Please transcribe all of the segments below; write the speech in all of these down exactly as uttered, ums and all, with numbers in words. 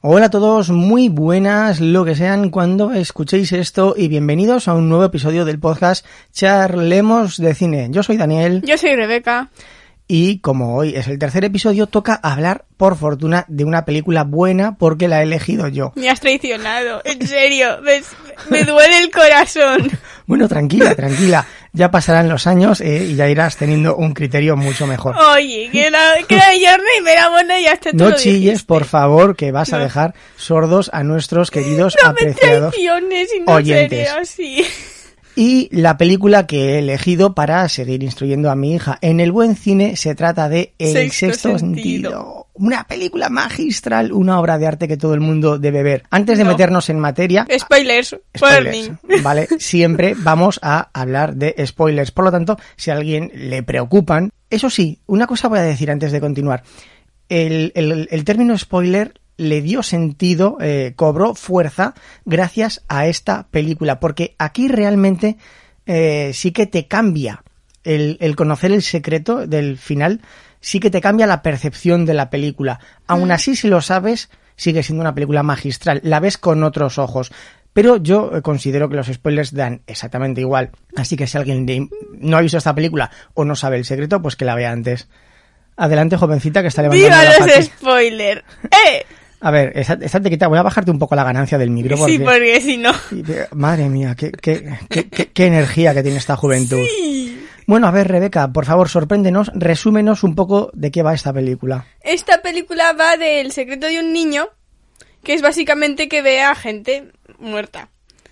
Hola a todos, muy buenas lo que sean cuando escuchéis esto y bienvenidos a un nuevo episodio del podcast Charlemos de Cine. Yo soy Daniel. Yo soy Rebeca. Y como hoy es el tercer episodio, toca hablar, por fortuna, de una película buena porque la he elegido yo. Me has traicionado, en serio, me, me duele el corazón. Bueno, tranquila, tranquila, ya pasarán los años eh, y ya irás teniendo un criterio mucho mejor. Oye, que la, que la Journey me la buena y hasta tú No lo chilles, dijiste. por favor, que vas No. a dejar sordos a nuestros queridos No me apreciados traiciones y no oyentes. seré así. Y la película que he elegido para seguir instruyendo a mi hija en el buen cine se trata de El Sexto Sexto Sentido. Sentido. Una película magistral, una obra de arte que todo el mundo debe ver. Antes de No. meternos en materia... Spoilers, Spoilers, warning. ¿vale? Siempre vamos a hablar de spoilers. Por lo tanto, si a alguien le preocupan... Eso sí, una cosa voy a decir antes de continuar. El, el, el término spoiler le dio sentido, eh, cobró fuerza gracias a esta película, porque aquí realmente eh, sí que te cambia el, el conocer el secreto del final, sí que te cambia la percepción de la película. Aún Mm. así, si lo sabes, sigue siendo una película magistral, la ves con otros ojos. Pero yo eh, considero que los spoilers dan exactamente igual, así que si alguien de- no ha visto esta película o no sabe el secreto, pues que la vea antes. Adelante, jovencita, que está levantando ¡Viva la los pata. spoilers! ¡Eh! A ver, estate, estate quieta, voy a bajarte un poco la ganancia del micro. Porque, Sí, porque si no... madre mía, qué, qué, qué, qué, qué energía que tiene esta juventud. Sí. Bueno, a ver, Rebeca, por favor, sorpréndenos, resúmenos un poco de qué va esta película. Esta película va del secreto de un niño, que es básicamente que ve a gente muerta.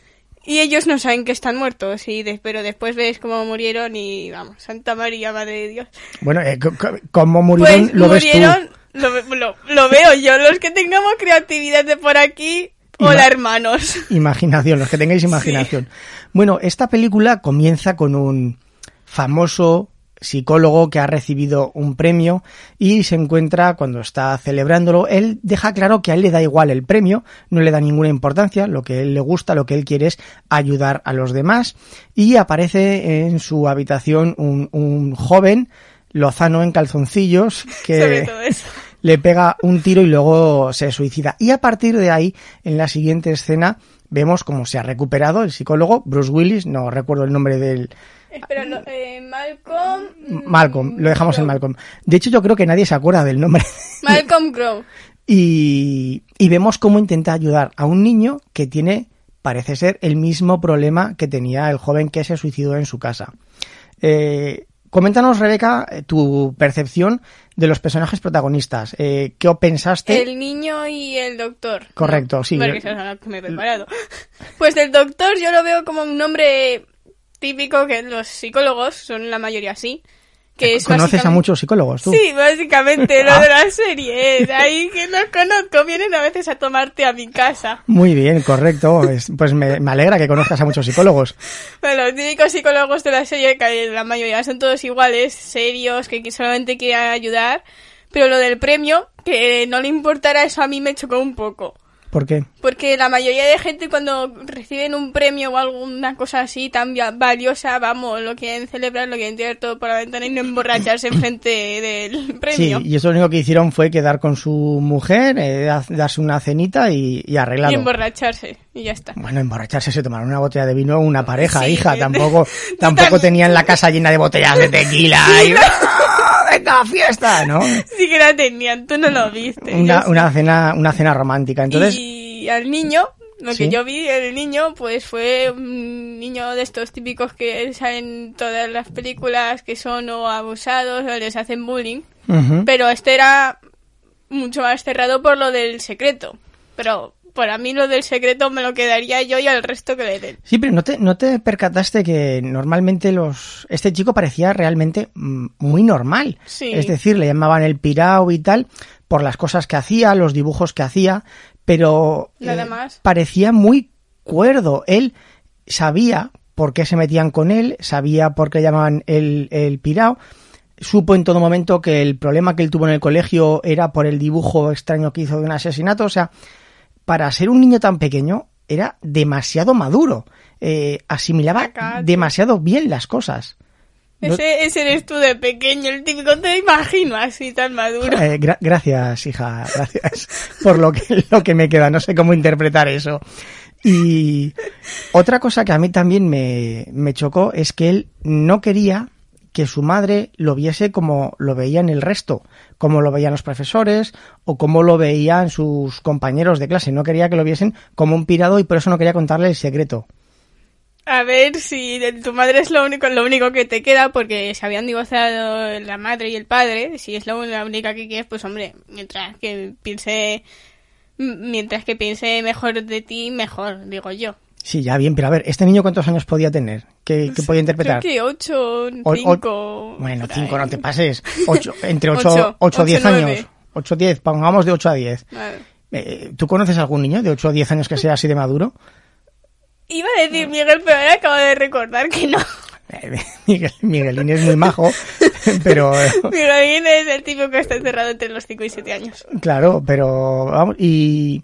Y ellos no saben que están muertos, y de- pero después ves cómo murieron y, vamos, Santa María, Madre de Dios. Bueno, eh, c- c- ¿cómo murieron? Pues ¿Lo ves murieron, lo, ve- lo, lo veo yo, los que tengamos creatividad de por aquí, Ima- hola hermanos. tú? Imaginación, los que tengáis imaginación. Bueno, esta película comienza con un famoso psicólogo que ha recibido un premio y se encuentra cuando está celebrándolo. Él deja claro que a él le da igual el premio, no le da ninguna importancia, lo que a él le gusta, lo que él quiere es ayudar a los demás, y aparece en su habitación un, un joven lozano en calzoncillos Sobre que todo eso. le pega un tiro y luego se suicida. Y a partir de ahí, en la siguiente escena, vemos cómo se ha recuperado el psicólogo, Bruce Willis, no recuerdo el nombre del... Espera, no, eh, Malcolm... Malcolm, lo dejamos en Crowe. Malcolm. De hecho, yo creo que nadie se acuerda del nombre. Malcolm Crowe. Y, y vemos cómo intenta ayudar a un niño que tiene, parece ser, el mismo problema que tenía el joven que se suicidó en su casa. Eh, coméntanos, Rebeca, tu percepción de los personajes protagonistas. Eh, ¿Qué pensaste? El niño y el doctor. Correcto, No, sí. Porque eso es lo que me he preparado. Pues el doctor yo lo veo como un nombre típico que los psicólogos son la mayoría así. Que es ¿Conoces a básicamente- muchos psicólogos tú? Sí, básicamente lo Ah. de la serie es ahí que los conozco, vienen a veces a tomarte a mi casa. Muy bien, correcto. Es- pues me, me alegra que conozcas a muchos psicólogos. Bueno, los típicos psicólogos de la serie, que la mayoría son todos iguales, serios, que solamente quieren ayudar, pero lo del premio, que no le importara eso, a mí me chocó un poco. ¿Por qué? Porque la mayoría de gente cuando reciben un premio o alguna cosa así tan va- valiosa, vamos, lo quieren celebrar, lo quieren tirar todo por la ventana y no emborracharse enfrente del Sí, premio. y eso lo único que hicieron fue quedar con su mujer, eh, da- darse una cenita y, y arreglado. Y emborracharse, y ya está. Bueno, emborracharse, se tomaron una botella de vino una pareja, Sí. hija. Tampoco, Tú tampoco también. tenían la casa llena de botellas de tequila. Y, ¡ah, ¡venga, fiesta! ¿No? Sí que la tenían, tú no lo viste. Una, yo sí. una cena, una cena romántica. Entonces, Y al niño, lo Sí. que yo vi, el niño, pues fue un niño de estos típicos que salen en todas las películas que son o abusados o les hacen bullying. ujú. Pero este era mucho más cerrado por lo del secreto. Pero para mí lo del secreto me lo quedaría yo y al resto que le den. Sí, pero ¿no te, no te percataste que normalmente los este chico parecía realmente mm, muy normal? Sí. Es decir, le llamaban el pirao y tal por las cosas que hacía, los dibujos que hacía, pero Nada más. parecía muy cuerdo. Él sabía por qué se metían con él, sabía por qué llamaban el, el pirao, supo en todo momento que el problema que él tuvo en el colegio era por el dibujo extraño que hizo de un asesinato. O sea, para ser un niño tan pequeño era demasiado maduro, eh, asimilaba Acá, demasiado bien las cosas. No... Ese, ese eres tú de pequeño, el típico, te imagino así tan maduro. Eh, gra- gracias, hija, gracias por lo que, lo que me queda, no sé cómo interpretar eso. Y otra cosa que a mí también me, me chocó es que él no quería que su madre lo viese como lo veían el resto, como lo veían los profesores o como lo veían sus compañeros de clase. No quería que lo viesen como un pirado y por eso no quería contarle el secreto. A ver si tu madre es lo único, lo único que te queda, porque se habían divorciado la madre y el padre. Si es lo, la única que quieres, pues hombre, mientras que piense, mientras que piense mejor de ti, mejor, digo yo. Sí, ya bien, pero a ver, ¿este niño cuántos años podía tener? ¿Qué, qué podía interpretar? Creo que ocho, O- cinco... o- bueno, cinco, no te pases. Ocho, entre ocho, Ocho, ocho, diez ocho, nueve. años. Ocho, diez, pongamos de ocho a diez. Vale. Eh, ¿Tú conoces algún niño de ocho o diez años que sea así de maduro? Iba a decir Miguel, pero ahora acabo de recordar que no. Eh, Miguel, Miguelín es muy majo, pero... eh, Miguelín es el tipo que está encerrado entre los cinco y siete años. Claro, pero vamos, y,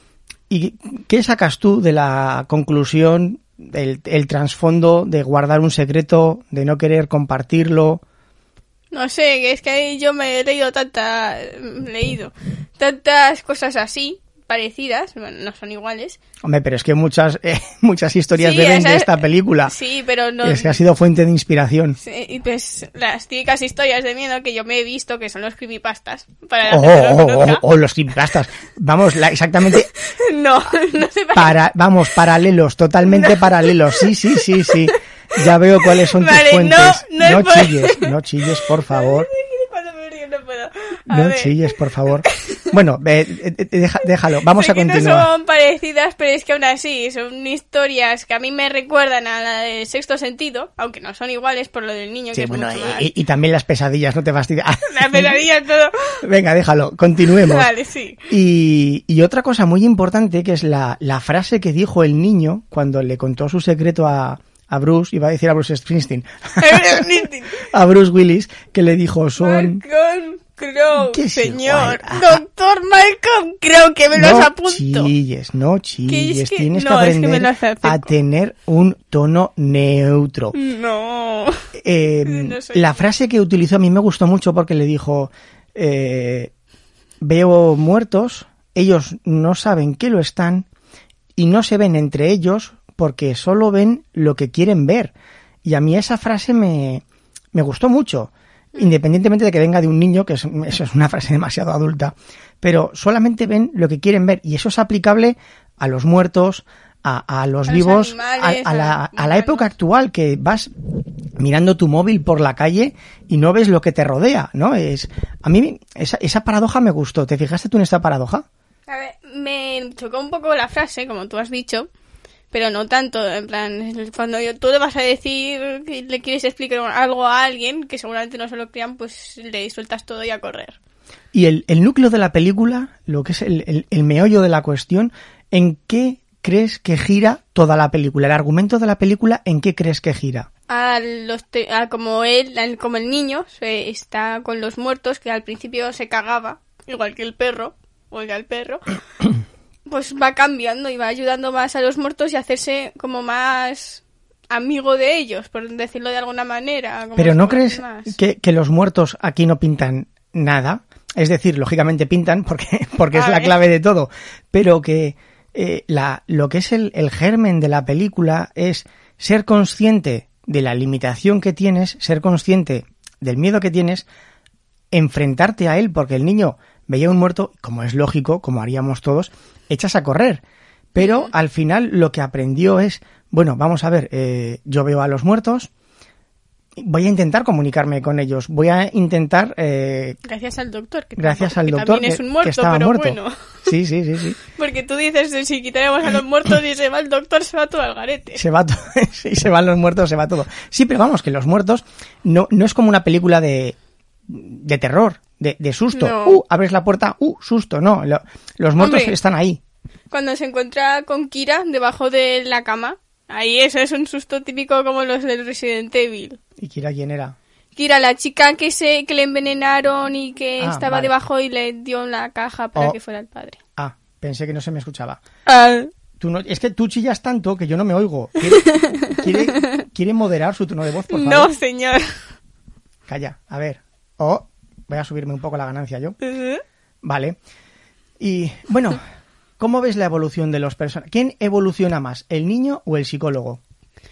y ¿qué sacas tú de la conclusión, el, el trasfondo de guardar un secreto, de no querer compartirlo? No sé, es que yo me he leído tanta, leído tantas cosas así, parecidas, bueno, no son iguales. Hombre, pero es que muchas eh, muchas historias Sí, beben esa de es- esta película. Sí, pero no... Es que ha sido fuente de inspiración. Sí, y pues las típicas historias de miedo que yo me he visto, que son los creepypastas. Para la Oh, gente que no oh, oh, conozca. oh, los creepypastas. Vamos, la, exactamente, No, no se parece. para, vamos, paralelos, totalmente paralelos. Sí, sí, sí, sí. Ya veo cuáles son Vale, tus fuentes. no, no es por- chilles, no chilles, por favor. Cuando me río no puedo. A No ver. chilles, por favor. Bueno, eh, eh, eh, deja- déjalo, vamos Sé a que continuar. no son parecidas, pero es que aún así son historias que a mí me recuerdan a la del Sexto Sentido, aunque no son iguales por lo del niño, Sí, que bueno, es mucho más... y, y también las pesadillas, no te fastidies. La pesadilla, todo. Venga, déjalo, continuemos. Vale, sí. Y, y otra cosa muy importante que es la, la frase que dijo el niño cuando le contó su secreto a, a Bruce, iba a decir a Bruce Springsteen, a Bruce Willis, que le dijo, son... Malcolm Crowe, ¿Qué es señor. igual? Ah, Doctor Malcolm Crowe, que me los No apunto. chilles, no chilles, que- tienes no, que es que me aprender lo hace a seco. tener un tono neutro. No. Eh, No soy la yo. frase que utilizó a mí me gustó mucho porque le dijo, eh, veo muertos, ellos no saben que lo están y no se ven entre ellos porque solo ven lo que quieren ver. Y a mí esa frase me, me gustó mucho, independientemente de que venga de un niño, que es, eso es una frase demasiado adulta, pero solamente ven lo que quieren ver y eso es aplicable a los muertos, a, a los A los vivos, animales, a, a la, a- a la época actual, que vas mirando tu móvil por la calle y no ves lo que te rodea, ¿no? Es, a mí esa, esa paradoja me gustó. ¿Te fijaste tú en esta paradoja? A ver, me chocó un poco la frase, como tú has dicho, pero no tanto, en plan, cuando yo- tú le vas a decir que le quieres explicar algo a alguien que seguramente no se lo crean, pues le sueltas todo y a correr. Y el, el núcleo de la película, lo que es el, el, el meollo de la cuestión, ¿en qué crees que gira toda la película? El argumento de la película, ¿en qué crees que gira? A los te- a como él, al- como el niño se está con los muertos, que al principio se cagaba, igual que el perro, oiga el perro, pues va cambiando y va ayudando más a los muertos y a hacerse como más amigo de ellos, por decirlo de alguna manera. como Pero se ¿no conoce crees más. que, que los muertos aquí no pintan nada? Es decir, lógicamente pintan porque, porque es A la ver. clave de todo, pero que eh, la, lo que es el, el germen de la película es ser consciente de la limitación que tienes, ser consciente del miedo que tienes, enfrentarte a él, porque el niño veía un muerto, como es lógico, como haríamos todos, echas a correr. Pero al final lo que aprendió es, bueno, vamos a ver, eh, yo veo a los muertos, voy a intentar comunicarme con ellos, voy a intentar, eh, Gracias al doctor, que, gracias tampoco- al que doctor también que, es un muerto, que estaba pero muerto. bueno. Sí, sí, sí, sí. Porque tú dices, si quitáramos a los muertos y se va el doctor, se va todo al garete. Se va todo, sí, se van los muertos, se va todo. Sí, pero vamos, que los muertos no, no es como una película de, de terror, de, de susto. No. Uh, abres la puerta, uh, susto, no. Lo- los muertos Hombre. están ahí. Cuando se encuentra con Kira debajo de la cama, ahí eso es un susto típico como los del Resident Evil. ¿Y Kira quién era? Kira, la chica que se que le envenenaron y que Ah, estaba vale. debajo y le dio la caja para Oh. que fuera el padre. Ah, pensé que no se me escuchaba. Ah, Tú no, es que tú chillas tanto que yo no me oigo. ¿Quiere, quiere, quiere moderar su tono de voz, por favor? No, señor. Calla, a ver. Oh, voy a subirme un poco la ganancia yo. Uh-huh. Vale. Y, bueno, ¿cómo ves la evolución de los personajes? ¿Quién evoluciona más, el niño o el psicólogo?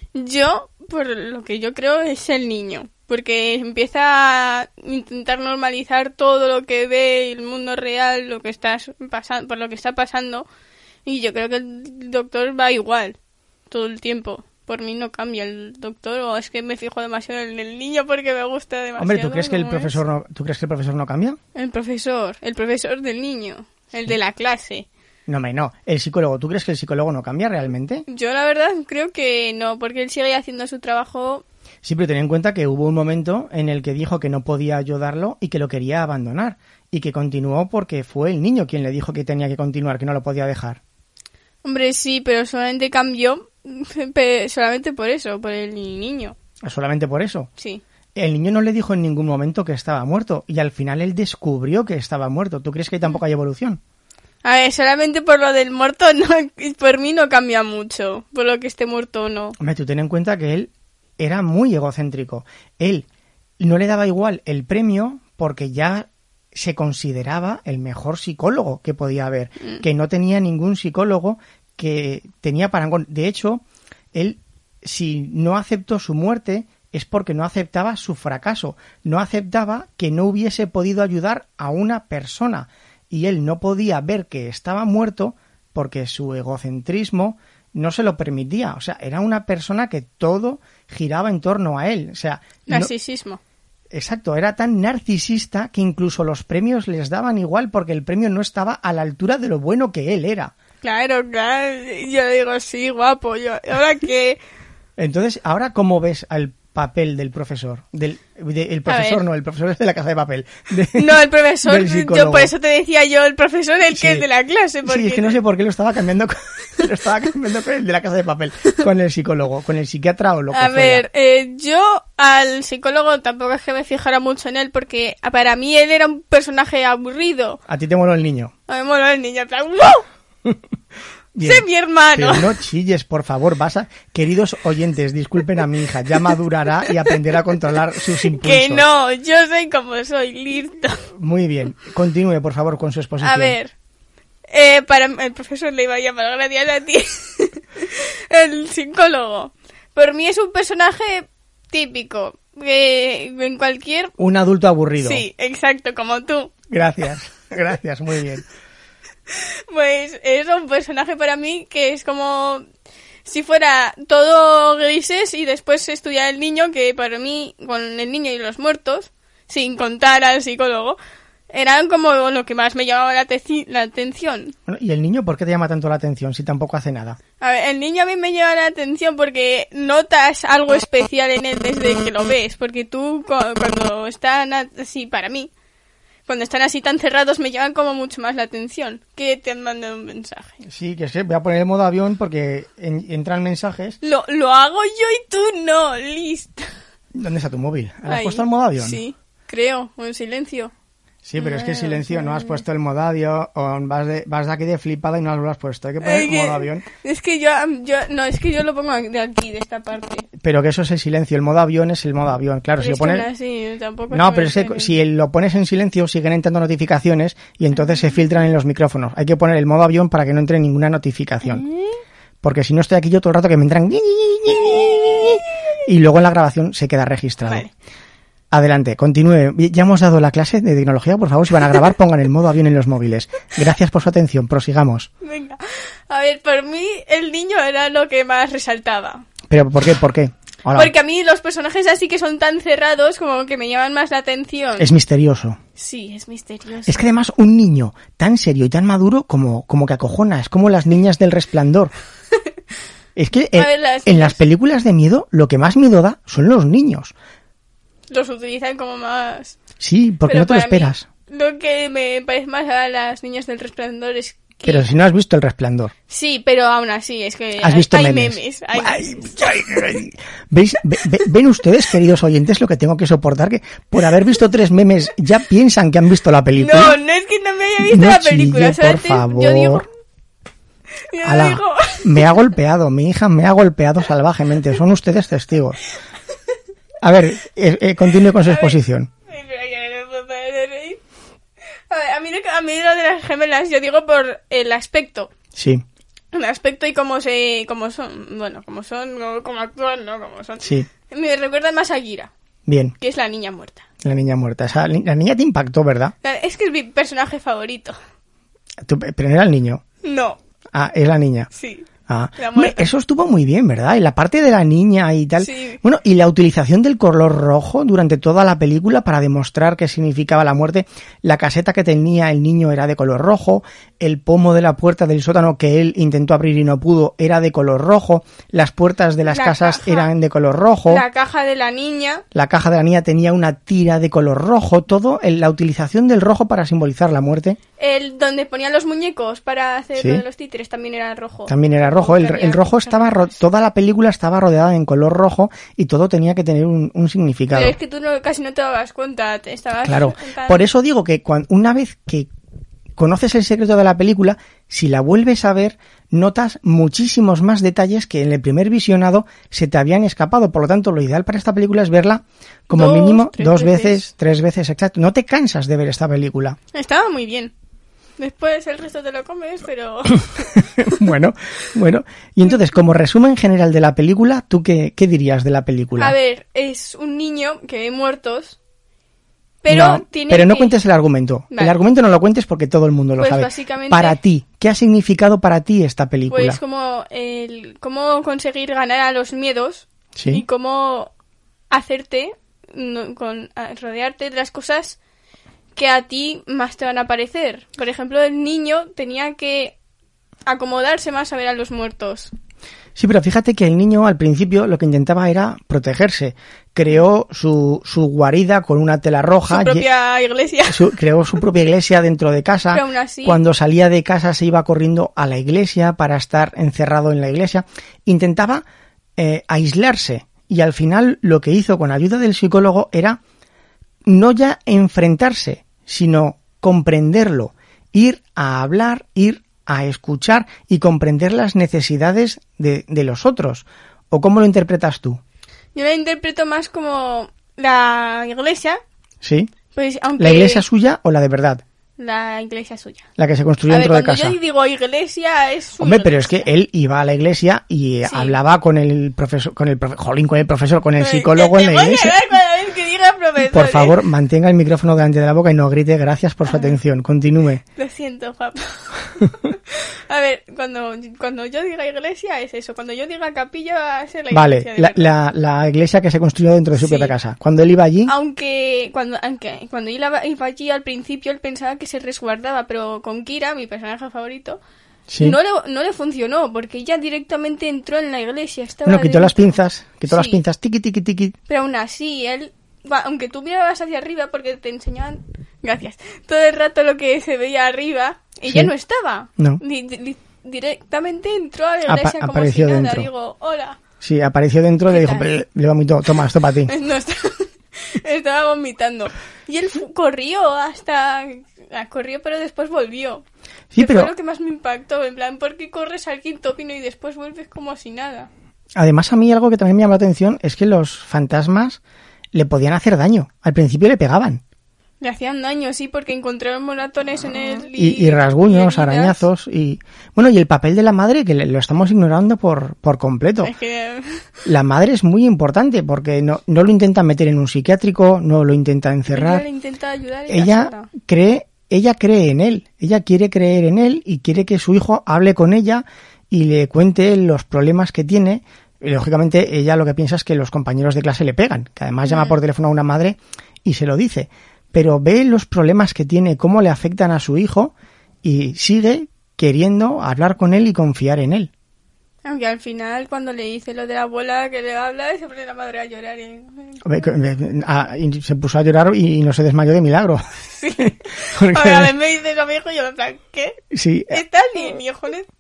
Yo, por lo que yo creo, es el niño. Porque empieza a intentar normalizar todo lo que ve el mundo real, lo que está pasando, por lo que está pasando. Y yo creo que el doctor va igual todo el tiempo. Por mí no cambia el doctor, o es que me fijo demasiado en el niño porque me gusta demasiado. Hombre, ¿tú crees que el profesor no, ¿tú crees que el profesor no cambia? El profesor, el profesor del niño, el de la clase. No, me no. El psicólogo, ¿tú crees que el psicólogo no cambia realmente? Yo la verdad creo que no, porque él sigue haciendo su trabajo. Sí, pero ten en cuenta que hubo un momento en el que dijo que no podía ayudarlo y que lo quería abandonar. Y que continuó porque fue el niño quien le dijo que tenía que continuar, que no lo podía dejar. Hombre, sí, pero solamente cambió solamente por eso, por el niño. ¿Solamente por eso? Sí. El niño no le dijo en ningún momento que estaba muerto y al final él descubrió que estaba muerto. ¿Tú crees que ahí tampoco hay evolución? A ver, solamente por lo del muerto, no, por mí no cambia mucho, por lo que esté muerto o no. Hombre, tú ten en cuenta que él era muy egocéntrico. Él no le daba igual el premio porque ya se consideraba el mejor psicólogo que podía haber, mm. que no tenía ningún psicólogo que tenía parangón. De hecho, él, si no aceptó su muerte, es porque no aceptaba su fracaso, no aceptaba que no hubiese podido ayudar a una persona, y él no podía ver que estaba muerto porque su egocentrismo no se lo permitía. O sea, era una persona que todo giraba en torno a él. O sea, narcisismo. No... Exacto, era tan narcisista que incluso los premios les daban igual porque el premio no estaba a la altura de lo bueno que él era. Claro, claro, yo digo, sí, guapo, yo, ¿ahora qué? Entonces, ¿ahora cómo ves al papel del profesor? Del, de, el profesor no, el profesor es de la Casa de Papel. De, no, el profesor, yo por eso te decía yo, el profesor el que sí. es de la clase. Porque... Sí, es que no sé por qué lo estaba cambiando con, lo estaba cambiando con el de la Casa de Papel, con el psicólogo, con el psiquiatra o lo que A fuera. ver, eh, yo al psicólogo tampoco es que me fijara mucho en él, porque para mí él era un personaje aburrido. ¿A ti te moló el niño? A mí me moló el niño, en plan, ¡wow! Bien, ¡sé mi hermano! Pero no chilles, por favor, vas a... Queridos oyentes, disculpen a mi hija, ya madurará y aprenderá a controlar sus impulsos. Que no, yo soy como soy, listo. Muy bien, continúe, por favor, con su exposición. A ver, eh, para el profesor le iba a llamar, gracias a ti, el psicólogo. Por mí es un personaje típico, que en cualquier... Un adulto aburrido. Sí, exacto, como tú. Gracias, gracias, muy bien. Pues es un personaje para mí que es como si fuera todo grises y después estudiar el niño, que para mí, con el niño y los muertos, sin contar al psicólogo, eran como lo que más me llamaba la, te- la atención. Bueno, ¿y el niño por qué te llama tanto la atención si tampoco hace nada? A ver, el niño a mí me llama la atención porque notas algo especial en él desde que lo ves, porque tú cuando están así, para mí, cuando están así tan cerrados me llaman como mucho más la atención que te han mandado un mensaje. Sí, que sé, voy a poner el modo avión porque en, entran mensajes. Lo, lo hago yo y tú no, listo. ¿Dónde está tu móvil? ¿Has puesto el modo avión? Sí, creo, o en silencio. Sí, pero es que silencio, no has puesto el modo avión, o vas de, vas de aquí de flipada y no lo has puesto. Hay que poner el modo avión. Es que yo, yo, no, es que yo lo pongo de aquí, de esta parte. Pero que eso es el silencio, el modo avión es el modo avión, claro. Si lo pones... así, tampoco no, pero es que si lo pones en silencio siguen entrando notificaciones y entonces se filtran en los micrófonos. Hay que poner el modo avión para que no entre ninguna notificación. ¿Eh? Porque si no estoy aquí yo todo el rato que me entran... Y luego en la grabación se queda registrado. Vale. Adelante, continúe. Ya hemos dado la clase de tecnología, por favor, si van a grabar, pongan el modo avión en los móviles. Gracias por su atención, prosigamos. Venga, a ver, por mí el niño era lo que más resaltaba. ¿Pero por qué? ¿Por qué? Hola. Porque a mí los personajes así que son tan cerrados como que me llaman más la atención. Es misterioso. Sí, es misterioso. Es que además un niño tan serio y tan maduro como, como que acojona, es como las niñas del Resplandor. Es que en, ver, las en las películas de miedo lo que más miedo da son los niños. Los utilizan como más... Sí, porque pero no te lo esperas. Mí, lo que me parece más a las niñas del Resplandor es que... Pero si no has visto El Resplandor. Sí, pero aún así, es que ¿has visto hay memes? memes hay ay, memes. Ay, ay. ¿Veis? Ve, ve, ¿Ven ustedes, queridos oyentes, lo que tengo que soportar? Que por haber visto tres memes ya piensan que han visto la película. No, no es que no me haya visto no la película. Chille, por favor. Yo digo... Yo Ala, digo... Me ha golpeado, mi hija me ha golpeado salvajemente. Son ustedes testigos. A ver, eh, eh, continúe con su exposición. A ver, a mí, a mí lo de las gemelas, yo digo por el aspecto. Sí. El aspecto y cómo se, cómo son, bueno, cómo son, no cómo actúan, no cómo son. Sí. Me recuerdan más a Gira. Bien. Que es la niña muerta. La niña muerta. Esa, la niña te impactó, ¿verdad? Es que es mi personaje favorito. ¿Tú, pero no era el niño? No. Ah, es la niña. Sí. Ah, hombre, eso estuvo muy bien, ¿verdad? Y la parte de la niña y tal. Sí. Bueno, y la utilización del color rojo durante toda la película para demostrar qué significaba la muerte. La caseta que tenía el niño era de color rojo. El pomo de la puerta del sótano que él intentó abrir y no pudo era de color rojo. Las puertas de las la casas caja, eran de color rojo. La caja de la niña. La caja de la niña tenía una tira de color rojo. Todo, en la utilización del rojo para simbolizar la muerte. El donde ponían los muñecos para hacer ¿Sí? lo de los títeres también era rojo. También era rojo. El, el rojo estaba, ro- toda la película estaba rodeada en color rojo y todo tenía que tener un, un significado. Pero es que tú no, casi no te dabas cuenta. Te estabas Claro. tan... Por eso digo que cuando, una vez que conoces el secreto de la película, si la vuelves a ver, notas muchísimos más detalles que en el primer visionado se te habían escapado. Por lo tanto, lo ideal para esta película es verla como Dos, mínimo tres dos veces. veces, tres veces, exacto. No te cansas de ver esta película. Estaba muy bien. Después el resto te lo comes, pero... bueno, bueno. Y entonces, como resumen general de la película, ¿tú qué, qué dirías de la película? A ver, es un niño que ve muertos, pero no, tiene pero no que... cuentes el argumento. Vale. El argumento no lo cuentes porque todo el mundo lo Pues sabe. básicamente- Para ti, ¿qué ha significado para ti esta película? Pues como el cómo conseguir ganar a los miedos Sí. y cómo hacerte, no, con a- rodearte de las cosas que a ti más te van a parecer. Por ejemplo, el niño tenía que acomodarse más a ver a los muertos. Sí, pero fíjate que el niño al principio lo que intentaba era protegerse. Creó su, su guarida con una tela roja. Su propia iglesia. Su, creó su propia iglesia dentro de casa. Pero aún así... Cuando salía de casa se iba corriendo a la iglesia para estar encerrado en la iglesia. Intentaba eh, aislarse. Y al final lo que hizo con ayuda del psicólogo era no ya enfrentarse, sino comprenderlo. Ir a hablar, ir a escuchar y comprender las necesidades de, de los otros. ¿O cómo lo interpretas tú? Yo lo interpreto más como la iglesia. ¿Sí? Pues aunque... ¿La iglesia suya o la de verdad? La iglesia suya. La que se construyó A ver, dentro de cuando casa. yo digo iglesia es su Hombre, pero es que iglesia. él iba a la iglesia y Sí. hablaba con el profesor, con el profe, jolín, con el profesor, con el Ay, psicólogo que en te la voy a iglesia. dar cada vez que diga profesor, Por ¿eh? favor, mantenga el micrófono delante de la boca y no grite. Gracias por su atención. Continúe. Lo siento, papá. A ver, cuando, cuando yo diga iglesia es eso. Cuando yo diga capilla va a ser la iglesia Vale, de la, verdad. la, la iglesia que se construyó dentro de su Sí. propia casa. Cuando él iba allí, Aunque cuando, aunque cuando iba, iba allí al principio él pensaba que se resguardaba, pero con Kira, mi personaje favorito, sí. no, le, no le funcionó, porque ella directamente entró en la iglesia. Estaba Bueno, quitó dentro. las pinzas, quitó las Sí. pinzas, tiqui, tiqui, tiqui. Pero aún así, él, va, aunque tú mirabas hacia arriba, porque te enseñaban, gracias, todo el rato lo que se veía arriba, ella Sí. no estaba. No. Di- di- directamente entró a la Apa- iglesia como si apareció nada. dentro. Digo, hola. Sí, apareció dentro y le ¿Qué dijo, tal? "Eh, le vomitó, toma, esto para ti. No, está- estaba vomitando. Y él fu- corrió hasta... ah, Corrió, pero después volvió. Sí, que pero fue lo que más me impactó. En plan, ¿por qué corres al quinto pino y después vuelves como si nada? además a mí algo que también me llamó la atención es que los fantasmas le podían hacer daño. Al principio le pegaban. Le hacían daño, sí, porque encontraron moratones en él. Y, y rasguños, heridas. arañazos y... Bueno, y el papel de la madre, que le- lo estamos ignorando por, por completo. Es que... La madre es muy importante porque no, no lo intenta meter en un psiquiátrico, no lo intenta Ella encerrar. le intenta ayudar y la Ella sola. cree, ella cree en él, ella quiere creer en él y quiere que su hijo hable con ella y le cuente los problemas que tiene. Y, lógicamente, ella lo que piensa es que los compañeros de clase le pegan, que además llama Mm. por teléfono a una madre y se lo dice. Pero ve los problemas que tiene, cómo le afectan a su hijo y sigue queriendo hablar con él y confiar en él. Aunque al final, cuando le dice lo de la abuela que le habla, se pone la madre a llorar. Y... Hombre, que- eh, ah, y se puso a llorar y no se desmayó de milagro. Sí. Porque- A ver, me dice eso a mi hijo y yo, en plan, ¿qué? sí, ¿Estás bien, hijo? Le-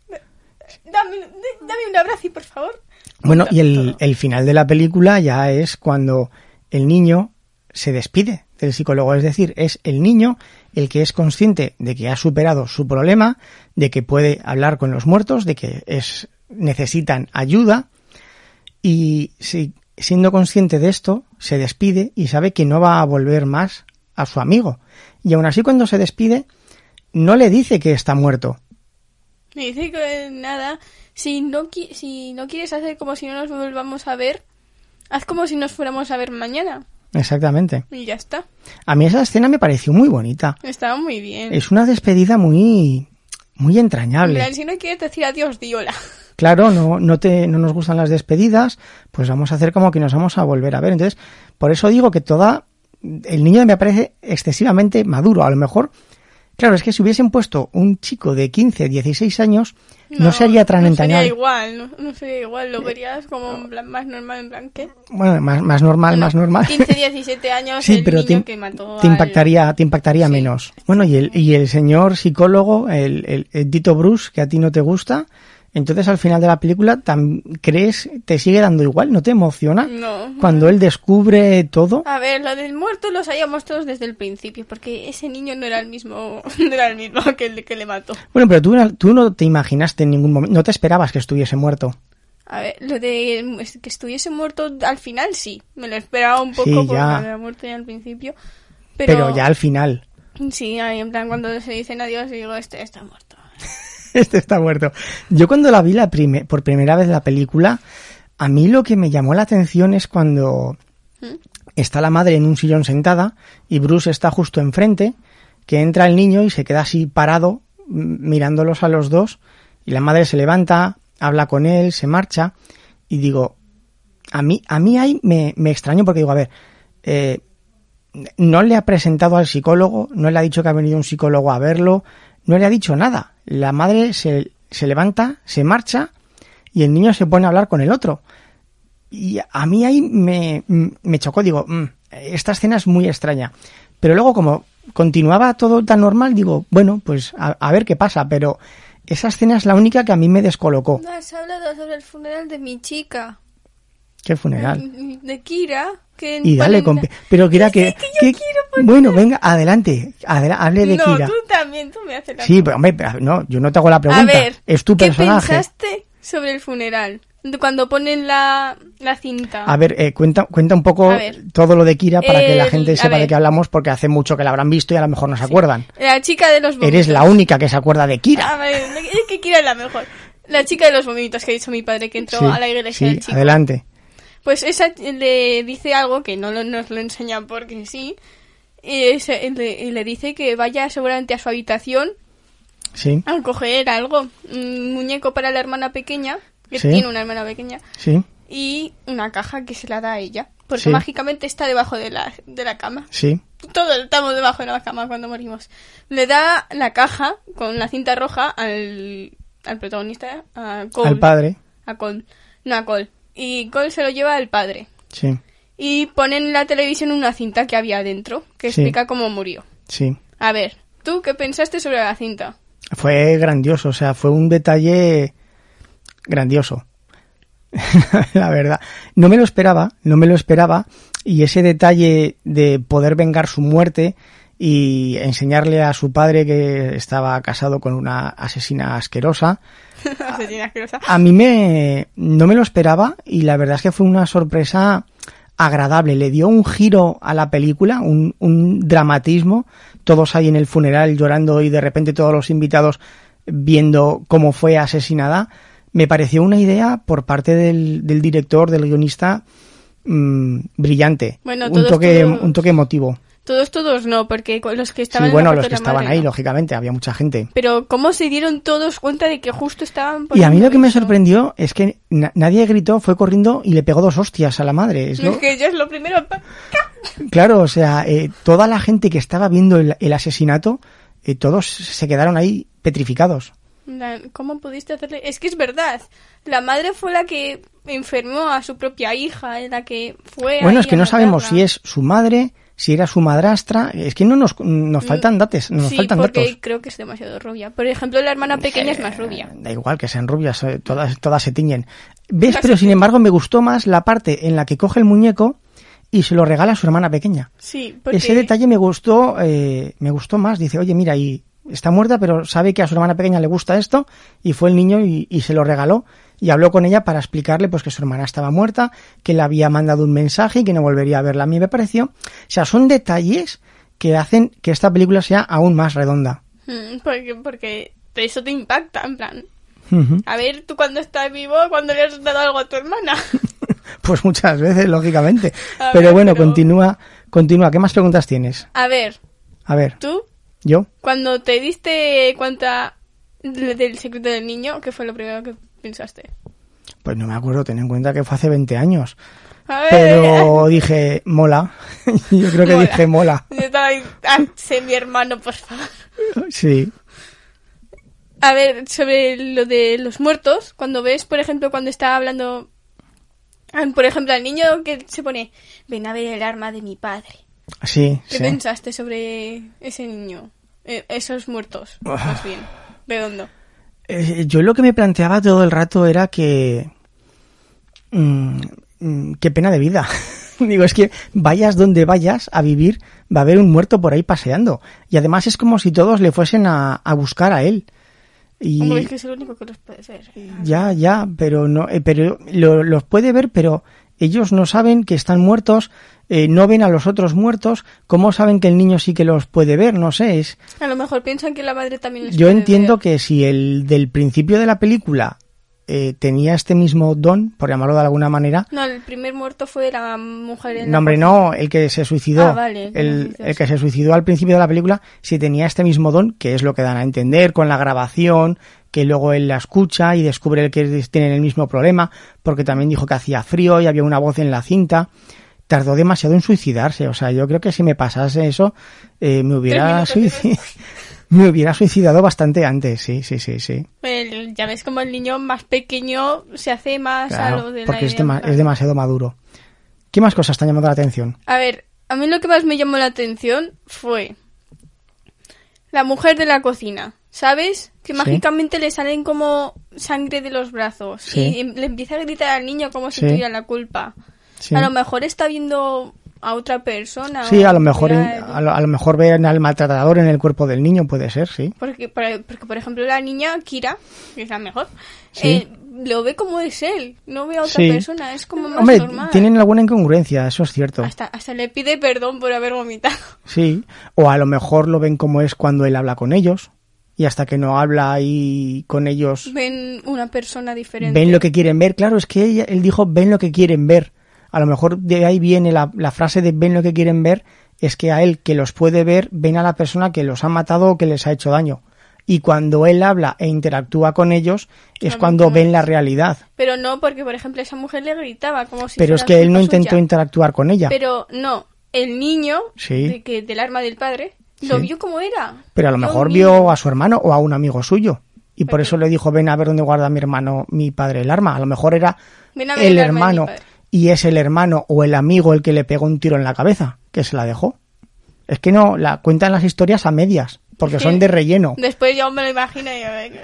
Dame, dame un abrazo, por favor. bueno, y el, Todo. el final de la película ya es cuando el niño se despide del psicólogo, es decir, es el niño el que es consciente de que ha superado su problema, de que puede hablar con los muertos, de que es necesitan ayuda y si, siendo consciente de esto, se despide y sabe que no va a volver más a su amigo. Y aún así cuando se despide, no le dice que está muerto. Me dice que nada, si no, qui- si no quieres hacer como si no nos volvamos a ver, haz como si nos fuéramos a ver mañana. Exactamente. Y ya está. A mí esa escena me pareció muy bonita. Estaba muy bien. Es una despedida muy, muy entrañable. En plan, si no quieres decir adiós, di hola. Claro, no, no te, no nos gustan las despedidas, pues vamos a hacer como que nos vamos a volver a ver. Entonces, por eso digo que toda, el niño me parece excesivamente maduro. A lo mejor, claro, es que si hubiesen puesto un chico de quince, dieciséis años, no, no sería tan no entrañable. Sería igual, no, no sería igual, lo verías como en plan, más normal, en plan, ¿qué? Bueno, más, más normal, Bueno, más normal. quince, diecisiete años, sí, el pero niño te, que mató te impactaría, al... te impactaría sí. menos. Bueno, y el, y el señor psicólogo, el, el, el Tito Bruce, que a ti no te gusta, entonces al final de la película, tam, ¿crees, te sigue dando igual? ¿No te emociona? No. Cuando él descubre todo. A ver, lo del muerto lo sabíamos todos desde el principio, porque ese niño no era el mismo, no era el mismo que el que le mató. Bueno, pero tú, tú no te imaginaste en ningún momento, no te esperabas que estuviese muerto. A ver, lo de que estuviese muerto al final sí, me lo esperaba un poco sí, porque ya. era muerto ya al principio. Pero, pero ya al final. Sí, ahí en plan cuando se dicen adiós digo, este está muerto. Este está muerto. Yo cuando la vi la prime, por primera vez la película, a mí lo que me llamó la atención es cuando ¿Mm? está la madre en un sillón sentada y Bruce está justo enfrente, que entra el niño y se queda así parado mirándolos a los dos y la madre se levanta, habla con él, se marcha y digo, a mí, a mí ahí me, me extraño porque digo, a ver, eh, no le ha presentado al psicólogo, no le ha dicho que ha venido un psicólogo a verlo, no le ha dicho nada. La madre se, se levanta, se marcha y el niño se pone a hablar con el otro. Y a mí ahí me, me chocó, digo, mmm, esta escena es muy extraña. Pero luego como continuaba todo tan normal, digo, bueno, pues a, a ver qué pasa, pero esa escena es la única que a mí me descolocó. No has hablado sobre el funeral de mi chica. ¿Qué funeral? De Kira. Que y dale, con... pero Kira que... que, que... Bueno, venga, adelante, adela... hable de no, Kira. No, tú también, tú me haces la Sí, pero hombre, no, yo no te hago la pregunta. A ver, es tu personaje. ¿qué pensaste sobre el funeral? Cuando ponen la, la cinta. A ver, eh, cuenta, cuenta un poco todo lo de Kira para eh, que la gente sepa ver. de qué hablamos, porque hace mucho que la habrán visto y a lo mejor no se sí. acuerdan. La chica de los vómitos. Eres la única que se acuerda de Kira. A ver, es que Kira es la mejor. La chica de los vómitos que ha dicho mi padre que entró sí, a la iglesia sí, del chico. Adelante. Pues esa le dice algo que no lo, nos lo enseñan porque sí. Y ese, le, y le dice que vaya seguramente a su habitación sí. a coger algo. Un muñeco para la hermana pequeña, que sí. tiene una hermana pequeña. Sí. Y una caja que se la da a ella. Porque sí. mágicamente está debajo de la, de la cama. Sí. Todos estamos debajo de la cama cuando morimos. Le da la caja con la cinta roja al, al protagonista, a Cole. Al padre. A Cole. No, a Cole. Y Cole se lo lleva al padre. Sí. Y ponen en la televisión una cinta que había adentro, que sí. explica cómo murió. Sí. A ver, ¿tú qué pensaste sobre la cinta? Fue grandioso, o sea, fue un detalle grandioso. La verdad. No me lo esperaba, no me lo esperaba. Y ese detalle de poder vengar su muerte y enseñarle a su padre que estaba casado con una asesina asquerosa. asesina asquerosa. A mí me no me lo esperaba y la verdad es que fue una sorpresa agradable. Le dio un giro a la película, un, un dramatismo. Todos ahí en el funeral llorando y de repente todos los invitados viendo cómo fue asesinada. Me pareció una idea por parte del, del director, del guionista, mmm, brillante. Bueno, un toque, todos... un toque emotivo. Todos, todos no, porque los que estaban sí, bueno, en la los que estaban madre, ahí, no. lógicamente, había mucha gente. Pero ¿cómo se dieron todos cuenta de que justo estaban Y a mí lo que me sorprendió es que na- nadie gritó, fue corriendo y le pegó dos hostias a la madre. Es, lo... es que yo es lo primero... Claro, o sea, eh, toda la gente que estaba viendo el, el asesinato, eh, todos se quedaron ahí petrificados. ¿Cómo pudiste hacerle...? Es que es verdad, la madre fue la que enfermó a su propia hija, la que fue... Bueno, es que no sabemos si es su madre... Si era su madrastra, es que no nos, nos faltan datos, nos sí, faltan porque datos. Creo que es demasiado rubia. Por ejemplo, la hermana pequeña eh, es más rubia. Da igual que sean rubias, todas, todas se tiñen. ¿Ves? Pero sin embargo me gustó más la parte en la que coge el muñeco y se lo regala a su hermana pequeña. Sí, porque... Ese detalle me gustó, eh, me gustó más. Dice, oye, mira, y está muerta, pero sabe que a su hermana pequeña le gusta esto y fue el niño y, y se lo regaló. y habló con ella para explicarle pues que su hermana estaba muerta, que le había mandado un mensaje y que no volvería a verla. A mí me pareció, o sea, son detalles que hacen que esta película sea aún más redonda. Porque, porque eso te impacta, en plan. Uh-huh. A ver, tú cuando estás vivo, cuando le has dado algo a tu hermana. Pues muchas veces, lógicamente. A pero ver, bueno, pero... continúa, continúa. ¿Qué más preguntas tienes? A ver. A ver. ¿Tú? ¿Yo? Cuando te diste cuenta del secreto del niño, ¿qué fue lo primero que pensaste? Pues no me acuerdo, ten en cuenta que fue hace veinte años. A ver. Pero dije, mola. Yo creo que Mola. dije, mola. Yo estaba ahí, ah, sé mi hermano, por favor. Sí. A ver, sobre lo de los muertos, cuando ves, por ejemplo, cuando está hablando, por ejemplo, al niño que se pone, ven a ver el arma de mi padre. Sí, ¿Qué sí. pensaste sobre ese niño? Eh, esos muertos, Uf. más bien. Redondo. Eh, yo lo que me planteaba todo el rato era que... Mmm, mmm, qué pena de vida. Digo, es que vayas donde vayas a vivir, va a haber un muerto por ahí paseando. Y además es como si todos le fuesen a, a buscar a él. Y Hombre, es que es el único que los puede ver. ya, ya, pero no, eh, pero lo, los puede ver, pero ellos no saben que están muertos, eh, no ven a los otros muertos. ¿Cómo saben que el niño sí que los puede ver? No sé, es... A lo mejor piensan que la madre también les Yo puede entiendo ver. que si el del principio de la película eh, tenía este mismo don, por llamarlo de alguna manera... No, el primer muerto fue la mujer en No, la hombre, cocina. no, el que se suicidó. Ah, vale, el, dices. el que se suicidó al principio de la película, si tenía este mismo don, que es lo que dan a entender con la grabación, que luego él la escucha y descubre que tienen el mismo problema, porque también dijo que hacía frío y había una voz en la cinta. Tardó demasiado en suicidarse, o sea, yo creo que si me pasase eso, eh, me hubiera Tres minutos suicidado. Me hubiera suicidado bastante antes, sí, sí, sí, sí. El- ya ves como el niño más pequeño se hace más Claro, a lo de porque la es, idea, dema- en plan. es demasiado maduro. ¿Qué más cosas te han llamado la atención? A ver, a mí lo que más me llamó la atención fue la mujer de la cocina. ¿Sabes? Que Sí. mágicamente le salen como sangre de los brazos. Sí. Y le empieza a gritar al niño como si Sí. tuviera la culpa. Sí. A lo mejor está viendo a otra persona. Sí, o a lo mejor era- en- a lo, a lo mejor ven al maltratador en el cuerpo del niño, puede ser, sí. Porque, por- porque, por ejemplo, la niña, Kira, que es la mejor, Sí. eh, lo ve como es él. No ve a otra Sí. persona. Es como más Hombre, normal. tienen alguna incongruencia, eso es cierto. Hasta, hasta le pide perdón por haber vomitado. Sí, o a lo mejor lo ven como es cuando él habla con ellos y hasta que no habla y con ellos Ven una persona diferente. ven lo que quieren ver. Claro, es que ella- él dijo ven lo que quieren ver. A lo mejor de ahí viene la, la frase de ven lo que quieren ver, es que a él que los puede ver, ven a la persona que los ha matado o que les ha hecho daño. Y cuando él habla e interactúa con ellos es Claro, cuando como ven es. la realidad. Pero no, porque, por ejemplo, esa mujer le gritaba como si Pero es fuera que él no culpa intentó suya. interactuar con ella. Pero no, el niño Sí. de que, del arma del padre lo Sí. vio como era. Pero a lo Vio mejor un vio niño. a su hermano o a un amigo suyo. Y por Pero- eso le dijo, ven a ver dónde guarda mi hermano, mi padre, el arma. A lo mejor era Ven a ver el el arma de mi hermano. padre. Y es el hermano o el amigo el que le pegó un tiro en la cabeza, que se la dejó. Es que no, la cuentan las historias a medias, porque Es son que de relleno. Después yo me lo imagino y yo, venga.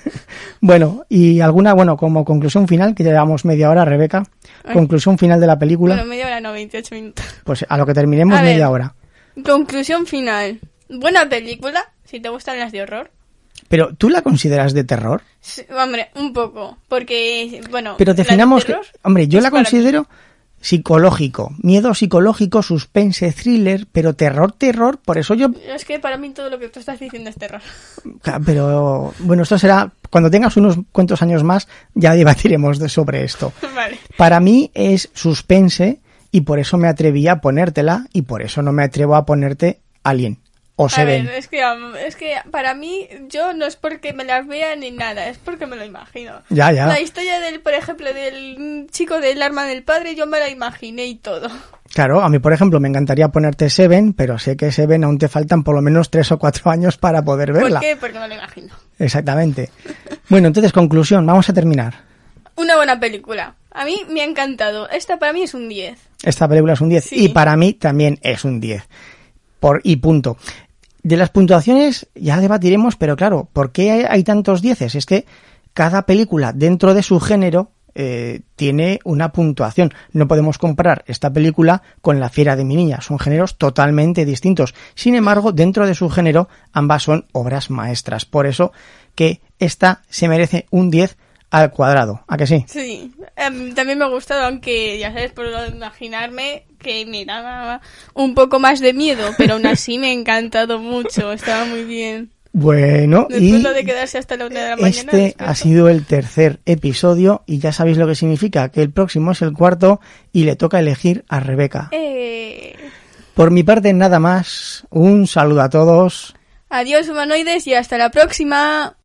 Bueno, y alguna, bueno, como conclusión final, que llevamos media hora, Rebeca, Ay. conclusión final de la película, Bueno, media hora no, veintiocho minutos. pues a lo que terminemos A ver. media hora. Conclusión final. Buena película, si te gustan las de horror. Pero, ¿tú la consideras de terror? Sí, hombre, un poco, porque, bueno... Pero las de definamos que, terror hombre, yo es la para mí. considero psicológico, miedo psicológico, suspense, thriller, pero terror, terror, por eso yo, Es que para mí todo lo que tú estás diciendo es terror. pero bueno, esto será, cuando tengas unos cuantos años más, ya debatiremos de- sobre esto. Vale. Para mí es suspense y por eso me atreví a ponértela y por eso no me atrevo a ponerte Alien o A Seven. ver, es que, um, es que para mí, yo no es porque me las vea ni nada, es porque me lo imagino. Ya, ya. La historia del, por ejemplo, del chico del arma del padre, yo me la imaginé y todo. Claro, a mí, por ejemplo, me encantaría ponerte Seven, pero sé que Seven aún te faltan por lo menos tres o cuatro años para poder verla. ¿Por qué? Porque me lo imagino. Exactamente. Bueno, entonces, conclusión, vamos a terminar. Una buena película. A mí me ha encantado. Esta para mí es un diez. Esta película es un diez Sí. y para mí también es un diez. Por, y punto. De las puntuaciones ya debatiremos, pero claro, ¿por qué hay, hay tantos dieces? Es que cada película dentro de su género eh, tiene una puntuación. No podemos comparar esta película con La fiera de mi niña. Son géneros totalmente distintos. Sin embargo, dentro de su género, ambas son obras maestras. Por eso que esta se merece un diez al cuadrado, ¿a que sí? Sí, um, también me ha gustado, aunque ya sabes, por imaginarme que me daba un poco más de miedo, pero aún así me ha encantado mucho, estaba muy bien. Bueno, Después y lo de quedarse hasta la una de la mañana. este despierto. ha sido el tercer episodio y ya sabéis lo que significa, que el próximo es el cuarto y le toca elegir a Rebeca. Eh... Por mi parte nada más, un saludo a todos. Adiós humanoides y hasta la próxima.